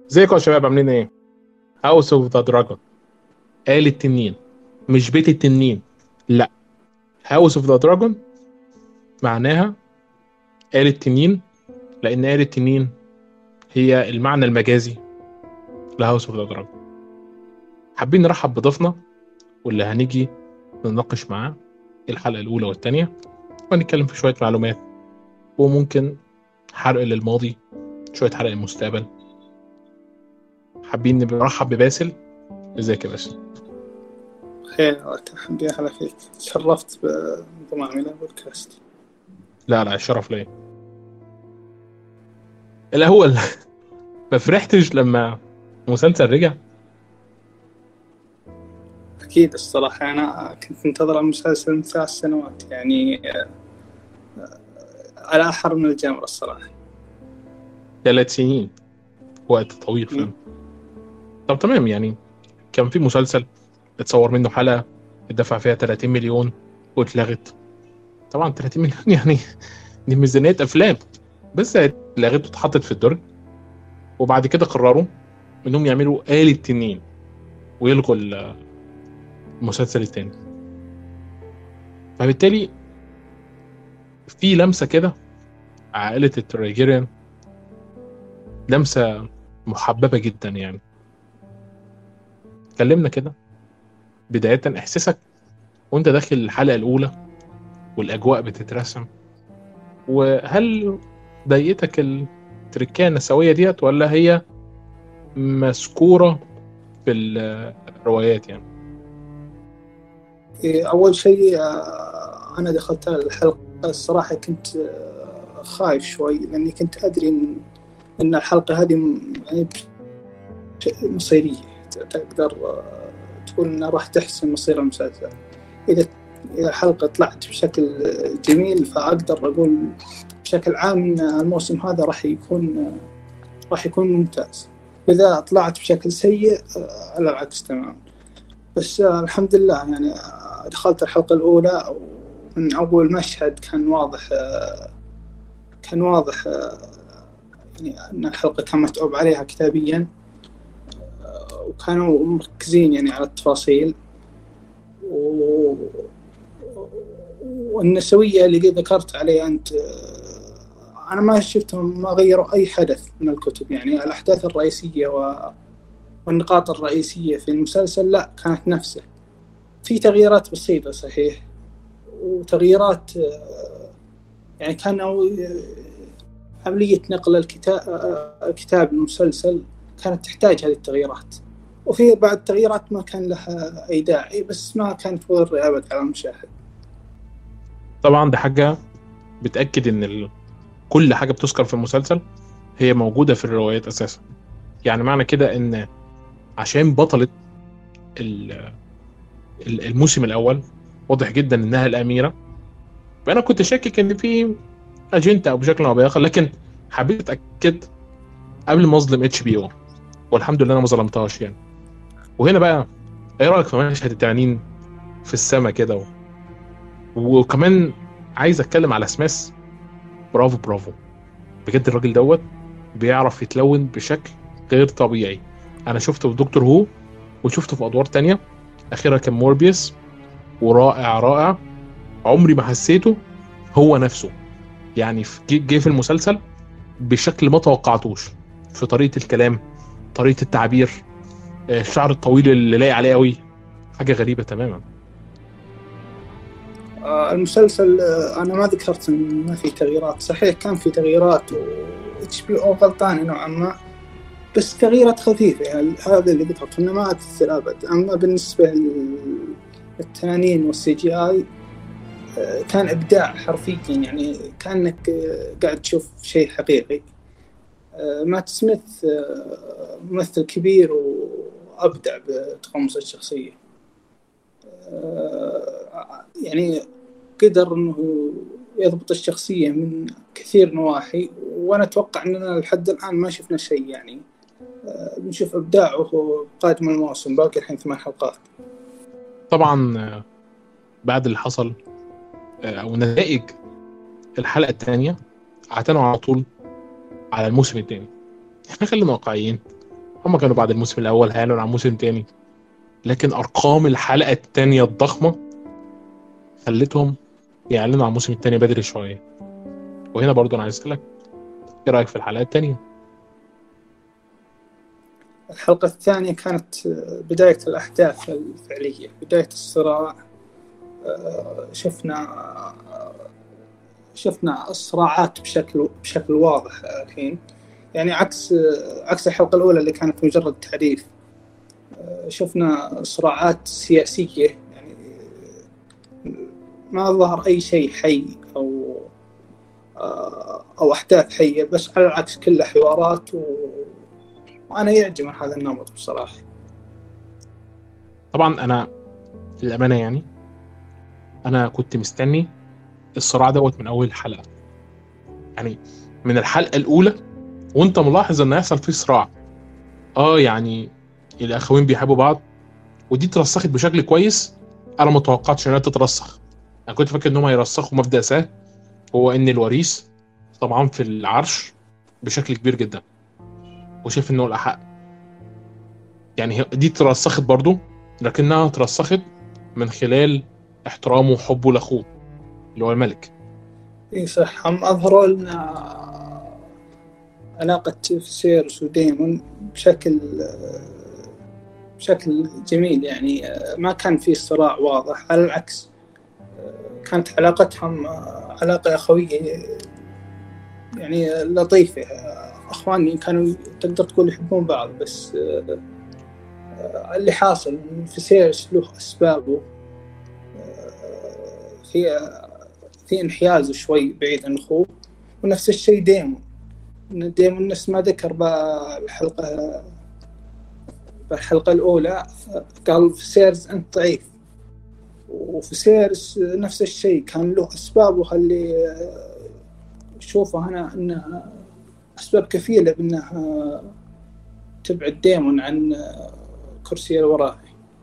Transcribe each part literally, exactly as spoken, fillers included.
ازيكم يا شباب عاملين ايه؟ هاوس اوف ذا دراجون، آلة التنين، مش بيت التنين. لا، هاوس اوف ذا دراجون معناها آلة التنين، لأن آلة التنين هي المعنى المجازي لهاوس اوف ذا دراجون. حابين نرحب بضيفنا واللي هنيجي نناقش معاه الحلقة الأولى والثانية، ونتكلم في شوية معلومات وممكن حرق للماضي، شوية حرق للمستقبل. حابين نرحب بباسل. ازيك يا باسل؟ خير، الحمد لله. هلا فيك، تشرفت بانضمامي إلى بودكاست. لا لا، الشرف ليا. الأول ما فرحتش لما مسلسل رجع؟ أكيد الصراحة أنا كنت منتظر المسلسل من ثلاث سنوات، يعني على أحر من الجمر الصراحة. ثلاث سنين، وقت طويل م? فعلا. طب تمام، يعني كان في مسلسل اتصور منه حلقة اتدفع فيها ثلاثين مليون واتلغت. طبعا ثلاثين مليون يعني دي ميزانية أفلام، بس اتلغت واتحطت في الدرج. وبعد كده قرروا إنهم يعملوا آلة تنين ويلغوا المسلسل التاني. فبالتالي في لمسة كده، عائلة التراجيريان لمسة محببة جدا يعني. كلمنا كده بداية إحساسك وأنت داخل الحلقة الأولى والأجواء بتترسم، وهل ضايقتك التركية النسوية ديت ولا هي مذكورة في الروايات يعني؟ إيه، أول شيء آه، أنا دخلت الحلقة الصراحة كنت آه، خايف شوي، لأني كنت أدري إن إن الحلقة هذه م- يعني مصيرية. تقدر آه، تقول إنها راح تحسن مصير المسلسل. إذا إذا الحلقة طلعت بشكل جميل، فأقدر أقول بشكل عام إن الموسم هذا راح يكون راح يكون ممتاز. إذا طلعت بشكل سيء على العكس تماما. بس الحمد لله، يعني دخلت الحلقة الأولى ومن أول مشهد كان واضح كان واضح يعني أن الحلقة كان متعوب عليها كتابيا، وكانوا مركزين يعني على التفاصيل و... والنسوية اللي قد ذكرت عليه أنت. أنا ما شفتهم ما غيروا أي حدث من الكتب، يعني الأحداث الرئيسية و... والنقاط الرئيسية في المسلسل لا كانت نفسه. في تغييرات بسيطة صحيح، وتغييرات يعني كان عملية نقل الكتاب كتاب المسلسل كانت تحتاج هذه التغييرات، وفي بعض التغييرات ما كان لها أي داعي، بس ما كانت تضر أبد على المشاهد. طبعا ده حاجة بتأكد إن ال... كل حاجة بتذكر في المسلسل هي موجودة في الروايات أساسا. يعني معنى كده إن عشان بطلة ال- ال- الموسم الأول واضح جدا إنها الأميرة، فأنا كنت شاكك إن في أجندة أو بشكل أو بآخر، لكن حبيت أتأكد قبل ما أظلم اتش بي أو، والحمد لله أنا ما ظلمتهاش يعني. وهنا بقى إيه رأيك في مشهد التنانين في السماء كده و... وكمان عايز أتكلم على سماث. برافو برافو، بجد الراجل دوت بيعرف يتلون بشكل غير طبيعي. انا شفته في دكتور هو وشفته في ادوار تانية، اخيرا كان موربيوس، ورائع رائع. عمري ما حسيته هو نفسه، يعني في- جه جه في المسلسل بشكل ما توقعتوش، في طريقة الكلام، طريقة التعبير، آه، الشعر الطويل اللي لاقي عليه قوي، حاجة غريبة تماما. المسلسل أنا ما ذكرت إن ما في تغييرات، صحيح كان في تغييرات و اتش بي او غلطان نوعا ما، بس تغييرات خفيفة. يعني هذا اللي ذكرت إنه ما تأثر أبد. أما بالنسبة للتنانين والسي جي آي كان إبداع حرفيا، يعني كأنك قاعد تشوف شيء حقيقي. مات سميث ممثل كبير وأبدع بتقمص الشخصية، يعني قدر أنه يضبط الشخصية من كثير نواحي، وأنا أتوقع أننا لحد الآن ما شفنا شيء. يعني بنشوف إبداعه قادم الموسم، باقي الحين ثمان حلقات. طبعا آه، بعد اللي حصل آه، او نتائج الحلقة الثانية اعتنوا على طول على الموسم الثاني. احنا خلينا واقعيين، هم كانوا بعد الموسم الاول هيعلنوا عن موسم تاني، لكن ارقام الحلقه التانيه الضخمه خلتهم يعلنوا عن الموسم التاني بدري شويه. وهنا برضو انا عايز اسالك ايه رايك في الحلقه التانيه؟ الحلقة الثانية كانت بداية الأحداث الفعلية، بداية الصراع. شفنا شفنا الصراعات بشكل بشكل واضح الحين، يعني عكس عكس الحلقة الأولى اللي كانت مجرد تعريف. شفنا صراعات سياسية، يعني ما ظهر أي شيء حي أو أو أحداث حية، بس على العكس كلها حوارات، و... وأنا يعجبني هذا النمط بصراحة. طبعا انا للامانه يعني انا كنت مستني الصراع دوت من اول حلقه، يعني من الحلقه الاولى وانت ملاحظ ان هيحصل فيه صراع. اه يعني الاخوين بيحبوا بعض، ودي ترسخت بشكل كويس. انا ما توقعتش انها تترسخ. انا كنت فاكر انهم هيرسخوا مبدأ سهل، هو ان الوريث طبعا في العرش بشكل كبير جدا، وشايف انه الاحق. يعني دي ترسخت برضو، لكنها ترسخت من خلال احترامه وحبه لاخوه اللي هو الملك. إيه صح، هم أظهروا لنا علاقة فيسيرس وديمون بشكل بشكل جميل، يعني ما كان في صراع واضح، على العكس كانت علاقتهم علاقة أخوية يعني لطيفة. أخواني كانوا تقدر تقول يحبون بعض، بس اللي حاصل فيسيرس له أسبابه، في في انحياز شوي بعيد عن أخوه، ونفس الشيء ديمون ديمون نفس ما ذكر بالحلقة بالحلقة الأولى، قال فيسيرس أنت ضعيف، وفيسيرس نفس الشيء كان له أسبابه اللي شوفه هنا أنها أسباب كفيلة بأنها تبعد ديمون عن كرسي الوراء.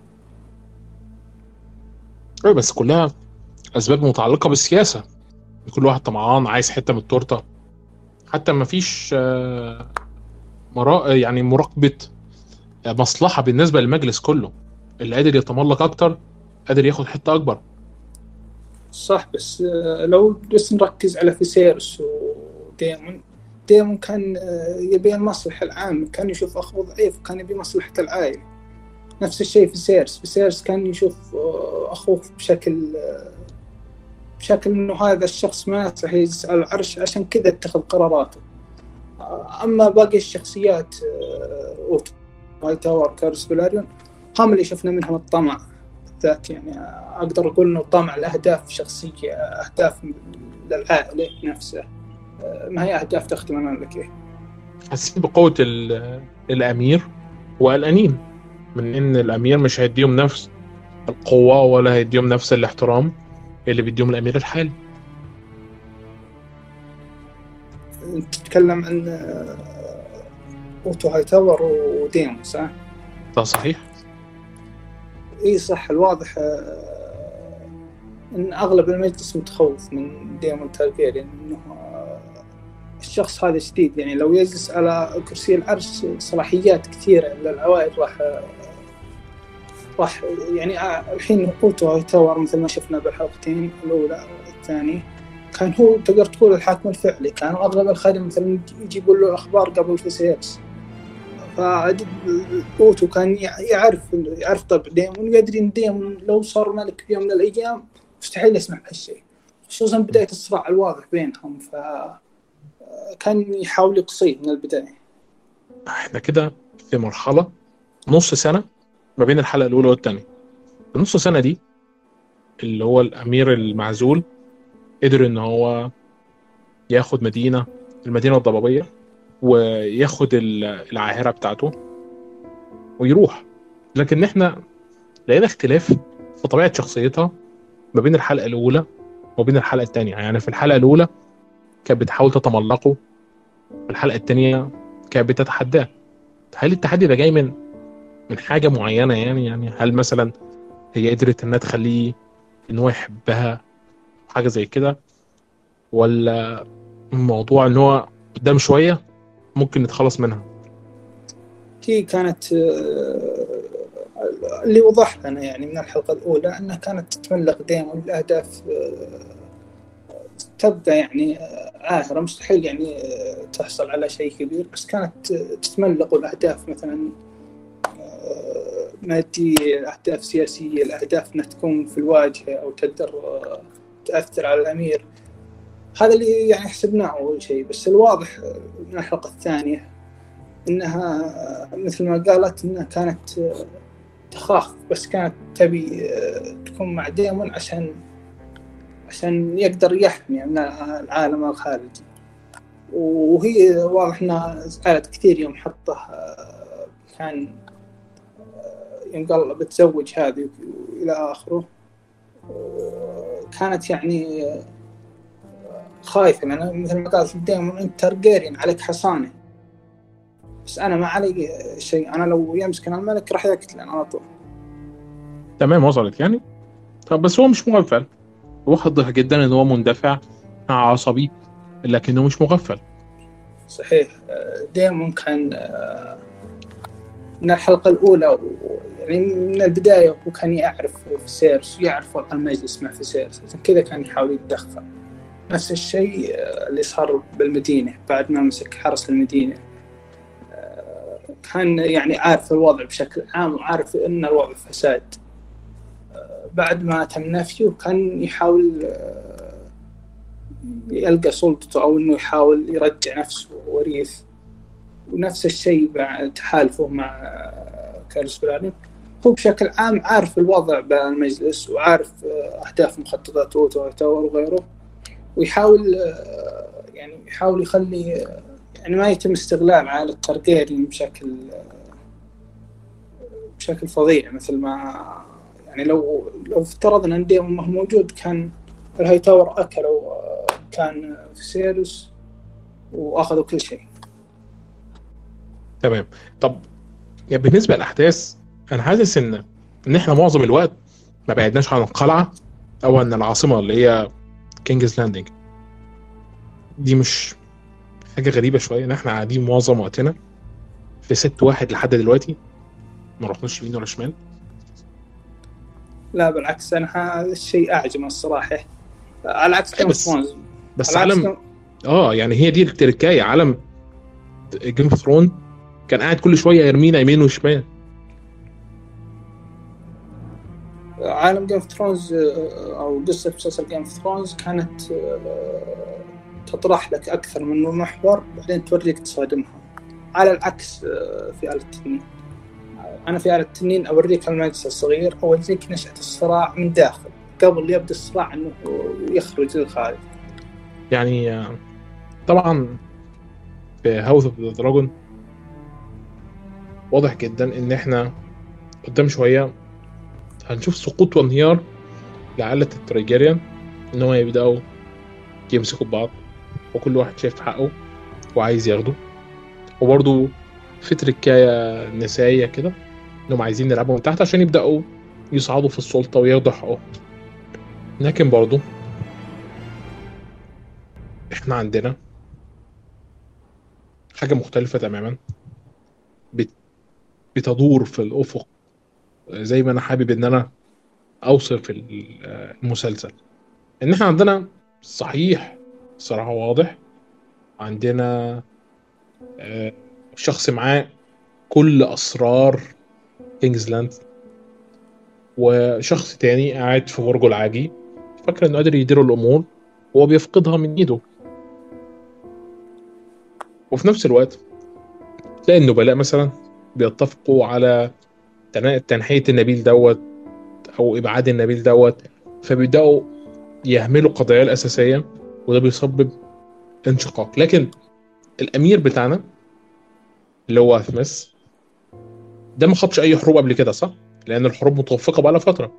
بس كلها اسباب متعلقه بالسياسه، كل واحد طمعان عايز حته من التورته. حتى ما فيش مرا... يعني مراقبه مصلحه بالنسبه للمجلس كله، اللي قادر يتملك اكتر قادر ياخد حته اكبر. صح، بس لو بس نركز على فيسيرس وديمون، ديمون كان يبي المصلحة العامة، كان يشوف أخوه ضعيف وكان يبي مصلحة العائلة. نفس الشيء في سيرس في سيرس كان يشوف أخوه بشكل بشكل إنه هذا الشخص ما يصلح يجلس على العرش، عشان كذا اتخذ قراراته. أما باقي الشخصيات أوتو هايتاور كارلوس فيلاريون هم اللي شفنا منهم الطمع ذات، يعني أقدر أقول إنه طمع الأهداف شخصية، أهداف للعائلة نفسها، ما هي أهداف تخدم المملكة. حاسين بقوة الأمير والأنين، من إن الأمير مش هيديهم نفس القوة ولا هيديهم نفس الاحترام اللي بيديهم الأمير الحالي. أنت تتكلم عن أوتو هايتاور وديمون صح؟ ده صحيح؟ إيه صح. الواضح إن أغلب المجلس متخوف من ديمون تارجيريان، إنه الشخص هذا شديد، يعني لو يجلس على كرسي العرش صلاحيات كثيرة للعوائل راح راح يعني الحين أوتو هايتاور مثل ما شفنا بالحلقتين الأولى والثانية كان هو تقدر تقول الحاكم الفعلي، كان أغلب الخادم مثلا يجيبوا له الأخبار قبل فيسيرس، فأوتو كان يعرف يعرف طبع ديمون، ويدري إن ديمون لو صار ملك في يوم من الأيام مستحيل يسمح بهالشيء، خصوصا بداية الصراع الواضح بينهم، فكان يحاول يقصيه من البداية. احنا كده في مرحلة نص سنة ما بين الحلقة الأولى والثانية. النص سنة دي اللي هو الأمير المعزول قدر إن هو ياخد مدينة المدينة الضبابية وياخد العاهرة بتاعته ويروح، لكن احنا لقينا اختلاف في طبيعة شخصيتها ما بين الحلقة الأولى وبين الحلقة الثانية. يعني في الحلقة الأولى كانت بتحاول تتملقه، في الحلقة الثانية كانت بتتحداه. هل التحدي ده جاي من من حاجة معينة؟ يعني يعني هل مثلا هي قدرت انها تخليه ان هو يحبها حاجة زي كده، ولا الموضوع ان هو قدام شوية ممكن نتخلص منها؟ هي كانت اللي وضح لنا يعني من الحلقة الأولى أنها كانت تتملق دائما الأهداف تبقى يعني عاهرة، مستحيل يعني تحصل على شيء كبير، بس كانت تتملق الأهداف مثلا مادية، الأهداف سياسية، الأهداف أنها تكون في الواجهة أو تقدر تأثر على الأمير. هذا اللي يعني حسبناه أول شيء. بس الواضح من الحلقة الثانية إنها مثل ما قالت إنها كانت تخاف، بس كانت تبي تكون مع ديمون عشان عشان يقدر يحمي من العالم الخارجي. وهي واضح إنها زعلت كثير يوم حطه، كان يوم قال بتزوج هذه إلى آخره، كانت يعني خايفة. لأن مثل ما قالت ديمون أنت تارجيريان عليك حصانة، بس أنا ما علي شيء، أنا لو يمسكن الملك راح يقتلن على طول. تمام وصلت يعني. طب بس هو مش مغفل، واضح جدا ان هو مندفع عصبي لكنه مش مغفل. صحيح. ديمون كان من الحلقة الأولى يعني من البداية وكان يعرف فيسيرس ويعرف وضع المجلس مع فيسيرس، عشان كذا كان يحاول يتدخل. نفس الشيء اللي صار بالمدينة بعد ما مسك حرس المدينة، كان يعني عارف الوضع بشكل عام وعارف أن الوضع فساد. بعد ما تم نفيه كان يحاول يلقى سلطته أو أنه يحاول يرجع نفسه وريث. ونفس الشيء بعد تحالفه مع كارلوس فلاريون، هو بشكل عام عارف الوضع بالمجلس وعارف أهداف مخططات أوتو تاور وغيره، ويحاول يعني يحاول يخلي يعني ما يتم استغلال على التارجيريان بشكل بشكل فظيع. مثل ما يعني لو لو افترضنا ان ديمون ما هو موجود كان الهاي تاور اكلوا كان فيسيرس واخذوا كل شيء. تمام. طب يعني بالنسبه للاحداث انا حاسس ان ان احنا معظم الوقت ما بعدناش عن القلعه او ان العاصمه اللي هي كينجز لاندنج دي. مش حاجه غريبه شويه ان احنا قاعدين معظم وقتنا في ست واحد لحد دلوقتي ما رحناش يمين ولا شمال؟ لا بالعكس، انا هذا الشيء اعجب الصراحه. على عكس جيم اوف ثرونز. بس عالم اه يعني هي دي التركايه. عالم جيم اوف ثرون كان قاعد كل شويه يرمينا يمين وشمال. عالم جيم اوف ثرونز او قصه مسلسل جيم اوف ثرونز كانت تطرح لك اكثر من محور بعدين توريك تصادمها. على العكس في آلة التنين، أنا في آلة التنين أوريك المجلس الصغير، أوريك نشأة الصراع من داخل قبل يبدأ الصراع أنه يخرج للخارج. يعني طبعا في هاوس اوف ذا دراجون واضح جدا إن إحنا قدام شوية هنشوف سقوط وانهيار لعائلة التارجيريان، إن هم يبدأوا يمسكوا بعض وكل واحد شايف حقه وعايز ياخده. وبرضو في تركاية نسائية كده إنهم عايزين يلعبوا من تحت عشان يبدأوا يصعدوا في السلطة وياخدوا حقهم. لكن برضو إحنا عندنا حاجة مختلفة تماما بتدور في الأفق زي ما أنا حابب إن أنا أوصف المسلسل. إن إحنا عندنا صحيح صراحة واضح عندنا شخص معاه كل أسرار كينجز لاند، وشخص تاني قاعد في برجه العاجي فاكر إنه قادر يدير الأمور وهو بيفقدها من إيده. وفي نفس الوقت تلاقي النبلاء مثلا بيتفقوا على تنحية النبيل دوت أو إبعاد النبيل دوت، فبيبدأوا يهملوا قضايا الأساسية وده بيسبب انشقاق. لكن الأمير بتاعنا اللي هو أثمس ده ما خدش أي حروب قبل كده، صح؟ لأن الحروب متوفقة بقى فترة.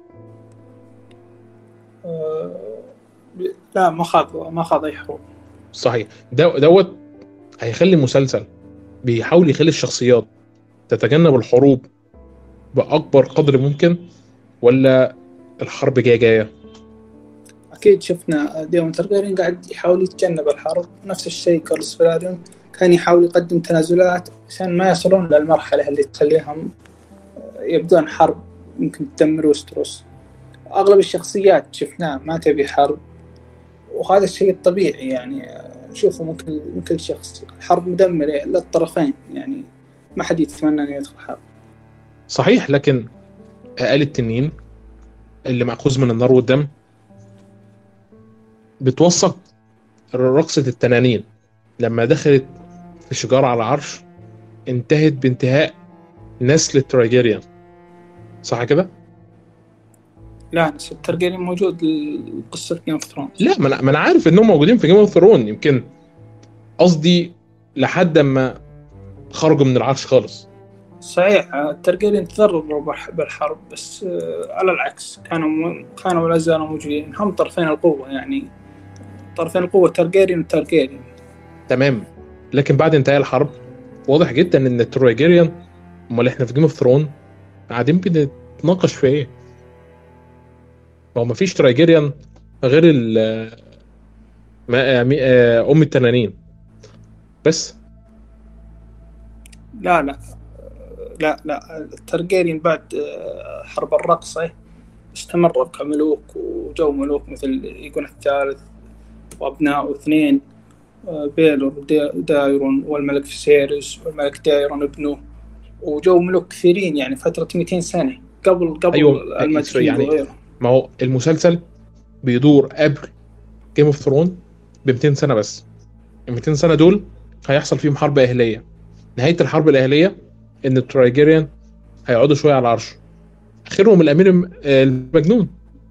أه لا ما خاض ما خاض أي حروب. صحيح. دو دوت هيخلي مسلسل بيحاول يخلي الشخصيات تتجنب الحروب بأكبر قدر ممكن، ولا الحرب جاية جاية؟ أكيد شفنا ديمون تارجيريان قاعد يحاول يتجنب الحرب، نفس الشيء كارلوس فلاريون كان يحاول يقدم تنازلات عشان ما يصلون للمرحلة اللي تخليهم يبدون حرب يمكن تدمر وستروس. أغلب الشخصيات شفناه ما تبي حرب، وهذا الشيء الطبيعي يعني نشوفه ممكن من كل شخص. حرب مدمرة للطرفين، يعني ما حد يتمنى أن يدخل حرب. صحيح، لكن آلة التنين اللي مأخوذ من النار والدم بتوثق رقصة التنانين لما دخلت في شجار على العرش، انتهت بانتهاء نسل التراجيريان، صح كده؟ لا، نسل الترجيريان موجود القصة جيم اوف ثرونز. لا، ما انا عارف انهم موجودين في جيم اوف ثرون، يمكن قصدي لحد ما خرجوا من العرش خالص. صحيح، الترجيريان تضرروا بالحرب، بس على العكس كانوا كانوا لا زالوا موجودين. هم طرفين القوة، يعني طرفين القوة ترجيريان وترجيريان. تمام، لكن بعد انتهاء الحرب واضح جدا ان التراجيريان، امال احنا في جيم اوف ثرون قاعدين بنتناقش في ايه؟ هو مفيش تراجيريان غير ال ام التنانين بس. لا لا لا لا الترجيريان بعد حرب الرقصة استمروا كملوك وجو ملوك مثل يكون الثالث وابناء اثنين، بيلور دايرون والملك فيسيريس والملك دايرون ابنه، وجو ملوك كثيرين يعني فترة مئتين سنة قبل قبل أيوة الملكين يعني وغيره. ما هو المسلسل بيدور قبل جيم اوف ثرون ب مئتين سنة بس. ال مئتين سنة دول هيحصل فيهم حرب أهلية. نهاية الحرب الأهلية إن التراجيريان هيقعدوا شوية على العرش، آخرهم الأمير المجنون.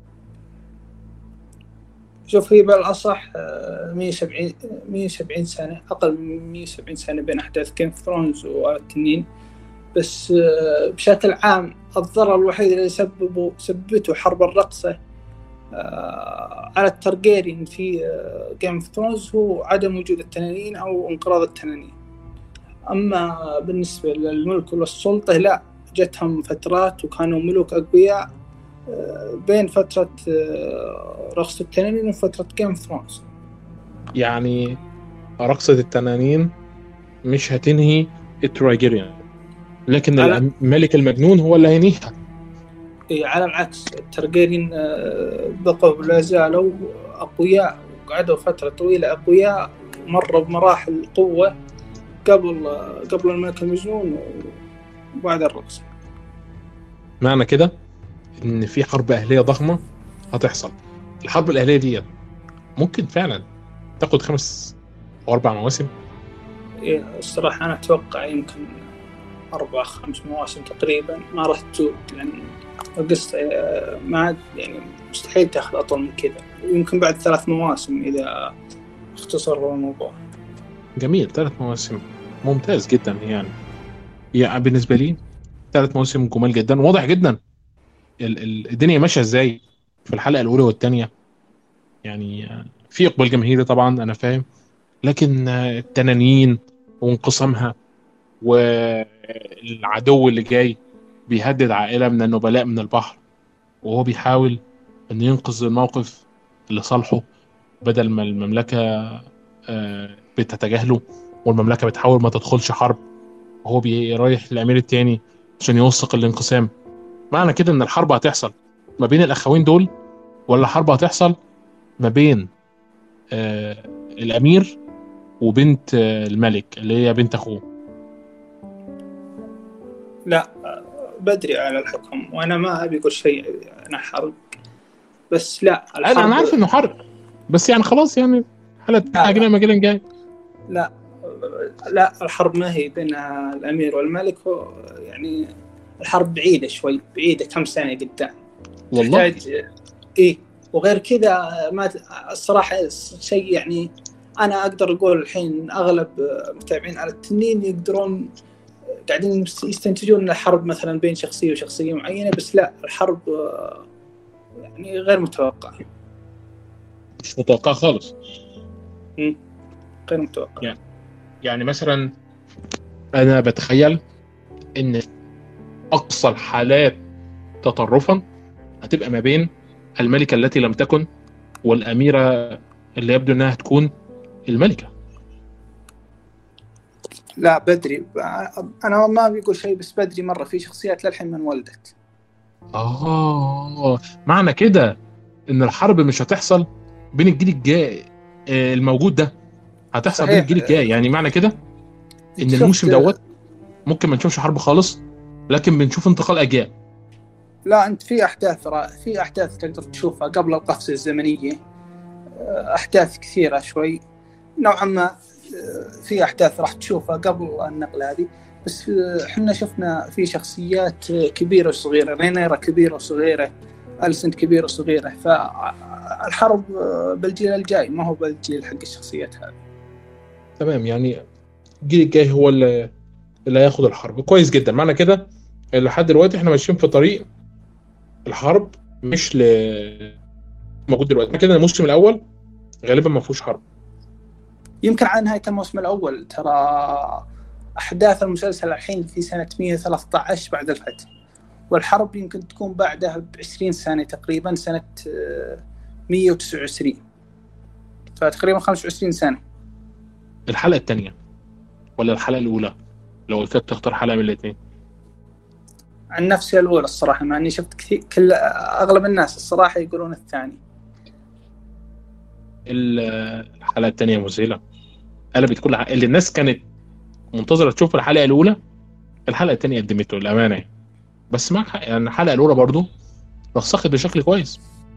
شوف، هي بالأصح مئة وسبعين سنة، أقل من مئة وسبعين سنة بين أحداث جيم اوف ثرونز والتنين. بس بشكل عام الضرر الوحيد اللي سببه سببته حرب الرقصة على الترجيريان في جيم اوف ثرونز هو عدم وجود التنانين أو انقراض التنانين. أما بالنسبة للملك والسلطة لا، جتهم فترات وكانوا ملوك أقوياء بين فترة رقصة التنانين وفترة جيم اوف ثرونز. يعني رقصة التنانين مش هتنهي التراجيريان، لكن على... الملك المجنون هو اللي هينهيها. إيه، على العكس الترجيريان بقوا لا زالوا أقوياء وقعدوا فترة طويلة أقوياء، مروا بمراحل قوة قبل قبل الملك المجنون وبعد الرقصة. معنى كده إن في حرب أهلية ضخمة هتحصل. الحرب الأهلية دي ممكن فعلا تاخد خمس أو أربع مواسم. إيه، الصراحة أنا أتوقع يمكن أربع خمس مواسم تقريبا، ما راح تزود، لأن القصة ما يعني مستحيل تأخذ أطول من كذا. يمكن بعد ثلاث مواسم إذا اختصروا الموضوع. جميل، ثلاث مواسم ممتاز جدا. يعني يعني بالنسبة لي ثلاث مواسم جمال جدا. واضح جدا الدنيا ماشية ازاي في الحلقة الأولى والثانية. يعني في إقبال جماهيري طبعا أنا فاهم، لكن التنانين وانقسامها والعدو اللي جاي بيهدد عائلة من النبلاء من البحر، وهو بيحاول أن ينقذ الموقف لصالحه بدل ما المملكة بتتجاهله والمملكة بتحاول ما تدخلش حرب، وهو رايح للأمير التاني عشان يوثق الانقسام. معنى كده ان الحرب هتحصل ما بين الاخوين دول، ولا حرب هتحصل ما بين آه الامير وبنت آه الملك اللي هي بنت اخوه؟ لا، بدري على الحكم، وانا ما ابي اقول شيء انا حرب، بس لا الحرب انا عارف انه حرب، بس يعني خلاص يعني حلقة حاجنا ما كده جاي. لا لا الحرب ما هي بين الامير والملك، يعني الحرب بعيدة شوي، بعيدة كم سنة قدام والله. تحتاج إيه، وغير كذا ما الصراحة شيء يعني أنا أقدر أقول الحين أغلب متابعين على التنين يقدرون قاعدين يستنتجون الحرب مثلا بين شخصية وشخصية معينة، بس لا، الحرب يعني غير متوقعة. مش متوقعة خالص. م? غير متوقعة. يعني يعني مثلا أنا بتخيل إن أقصى الحالات تطرفا هتبقى ما بين الملكة التي لم تكن والأميرة اللي يبدو أنها تكون الملكة. لا بدري، أنا ما بيقول شيء بس بدري مرة، في شخصيات للحين من ولدت. اه، معنى كده ان الحرب مش هتحصل بين الجيل الجاي آه، الموجود ده، هتحصل بين صحيح. الجيل الجاي. يعني معنى كده ان الموسم شفت؟ دوت ممكن ما نشوفش حرب خالص، لكن بنشوف انتقال اجيال. لا أنت في أحداث، في أحداث تقدر تشوفها قبل القفزة الزمنية، أحداث كثيرة شوي نوعا ما. في أحداث راح تشوفها قبل النقلة هذه، بس حنا شفنا في شخصيات كبيرة وصغيرة، رينيرا كبيرة وصغيرة، ألسنت كبيرة وصغيرة. فالحرب بالجيل الجاي ما هو بالجيل حق الشخصيات هذه. تمام، يعني الجيل الجاي هو اللي اللي هياخد الحرب. كويس جدا. معنى كده لحد دلوقتي احنا ماشيين في طريق الحرب مش ل موجود دلوقتي. معنى كده الموسم الاول غالبا ما فيهوش حرب. يمكن عن نهاية الموسم الأول. ترى أحداث المسلسل الحين في سنة مئة وثلاثة عشر بعد الفتح، والحرب يمكن تكون بعدها بعشرين سنة تقريبا، سنة مئة وتسعة وعشرين، فتقريبا خمسة وعشرين سنة. الحلقه الثانيه ولا الحلقه الاولى لو قلت لك تختار حلقه من الاثنين؟ عن نفسي الأولى الصراحة، مع أني شفت كثير، كل أغلب الناس الصراحة يقولون الثاني. الحلقه الثانيه مذهله، قلبت كل حاجه. اللي الناس كانت منتظره تشوف الحلقه الاولى الحلقه الثانيه قدمته الامانه. بس ما يعني الحلقه الاولى برضو رسخت بشكل كويس.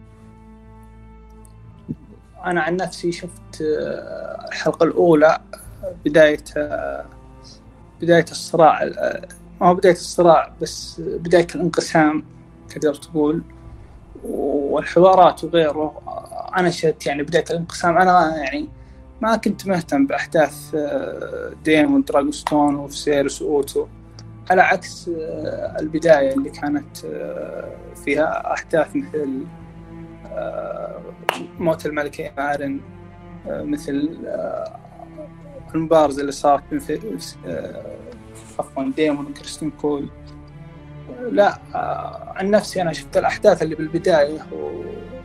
أنا عن نفسي شفت الحلقة الأولى بداية بداية الصراع، ما هو بداية الصراع بس بداية الانقسام تقدر تقول، والحوارات وغيره. أنا شفت يعني بداية الانقسام. أنا يعني ما كنت مهتم بأحداث ديمون دراغونستون وفيسيريس وأوتو، على عكس البداية اللي كانت فيها أحداث مثل موت الملكة ايرين، مثل المبارزة اللي صارت بين عفوا ديمون وكريستين كول. لا عن نفسي أنا شفت الأحداث اللي بالبداية و...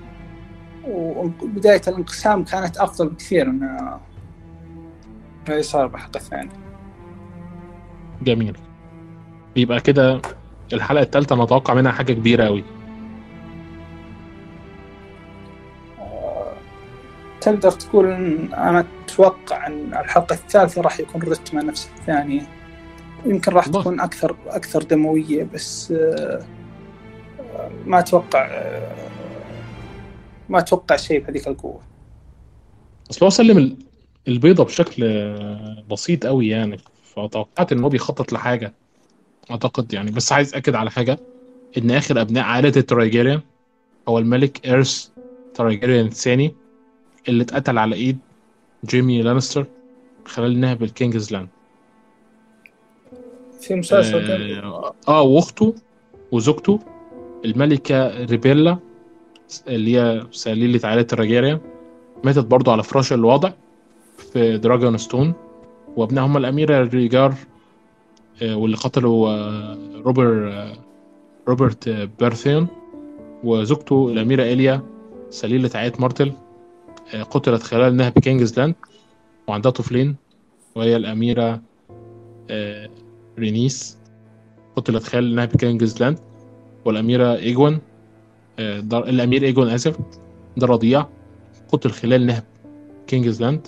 وبداية الانقسام كانت أفضل بكثير من اللي صار بحلقة ثانية. جميل. يبقى كده الحلقة الثالثة نتوقع منها حاجة كبيرة قوي. تقدر تقول إن أنا أتوقع أن الحلقة الثالثة راح يكون رتمها نفس الثانية، يمكن راح الله. تكون أكثر أكثر دموية، بس ما أتوقع ما أتوقع شيء بهذيك القوة. أصل هو سلم البيضة بشكل بسيط قوي يعني، فتوقعت إنه بيخطط لحاجة أعتقد يعني. بس عايز أكد على حاجة، إن آخر أبناء عائلة الترايجيريان هو الملك إيرث ترايجيريان الثاني اللي اتقتل على إيد جيمي لانستر خلال نهب الكينجز لاند في مسلسل. آه, آه وأخته وزوجته الملكة ريبيلا اللي هي سليلة عائلة الترايجيريان ماتت برضو على فراش الوضع في دراجون ستون. وابنها هم الأميرة ريجار آه واللي قتلوا آه روبر آه روبرت آه بيرثيون، وزوجته الأميرة إليا سليلة عائلة مارتل آه قتلت خلال نهب كينجز لاند، وعندها طفلين وهي الأميرة آه رينيس قتلت خلال نهب كينجز لاند، والأميرة إيجوان آه الأمير إيجوان آسف ده رضيع قتل خلال نهب كينجز لاند،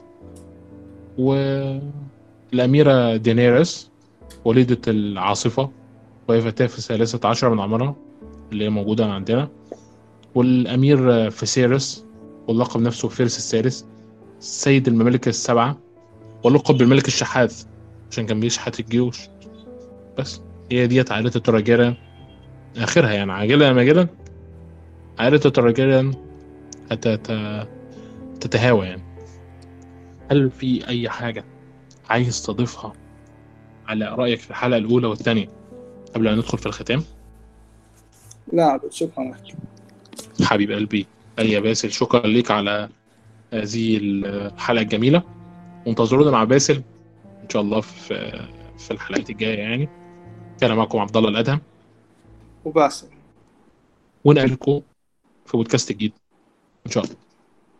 والأميرة دينيريس وليدة العاصفة وهي فتاة في الثالثة عشر من عمرها اللي هي موجودة عندنا، والأمير فيسيريس واللقب نفسه فيرس الثالث سيد الممالك السبعة واللقب بالملك الشحاذ عشان كان بيشحت الجيوش. بس هي ديت عائلة الترايجيريان آخرها يعني، عاجلا أم آجلا عائلة الترايجيريان هتتهاوى يعني. هل في أي حاجة عايز تضيفها على رأيك في الحلقة الأولى والثانية قبل أن ندخل في الختام؟ لا شكرا لك حبيب قلبي يا باسل، شكرا لك على هذه الحلقة الجميلة، وانتظرونا مع باسل إن شاء الله في في الحلقات الجاية يعني. كان معكم عبد الله الأدهم وباسل، ونقابلكم في بودكاست جديد إن شاء الله.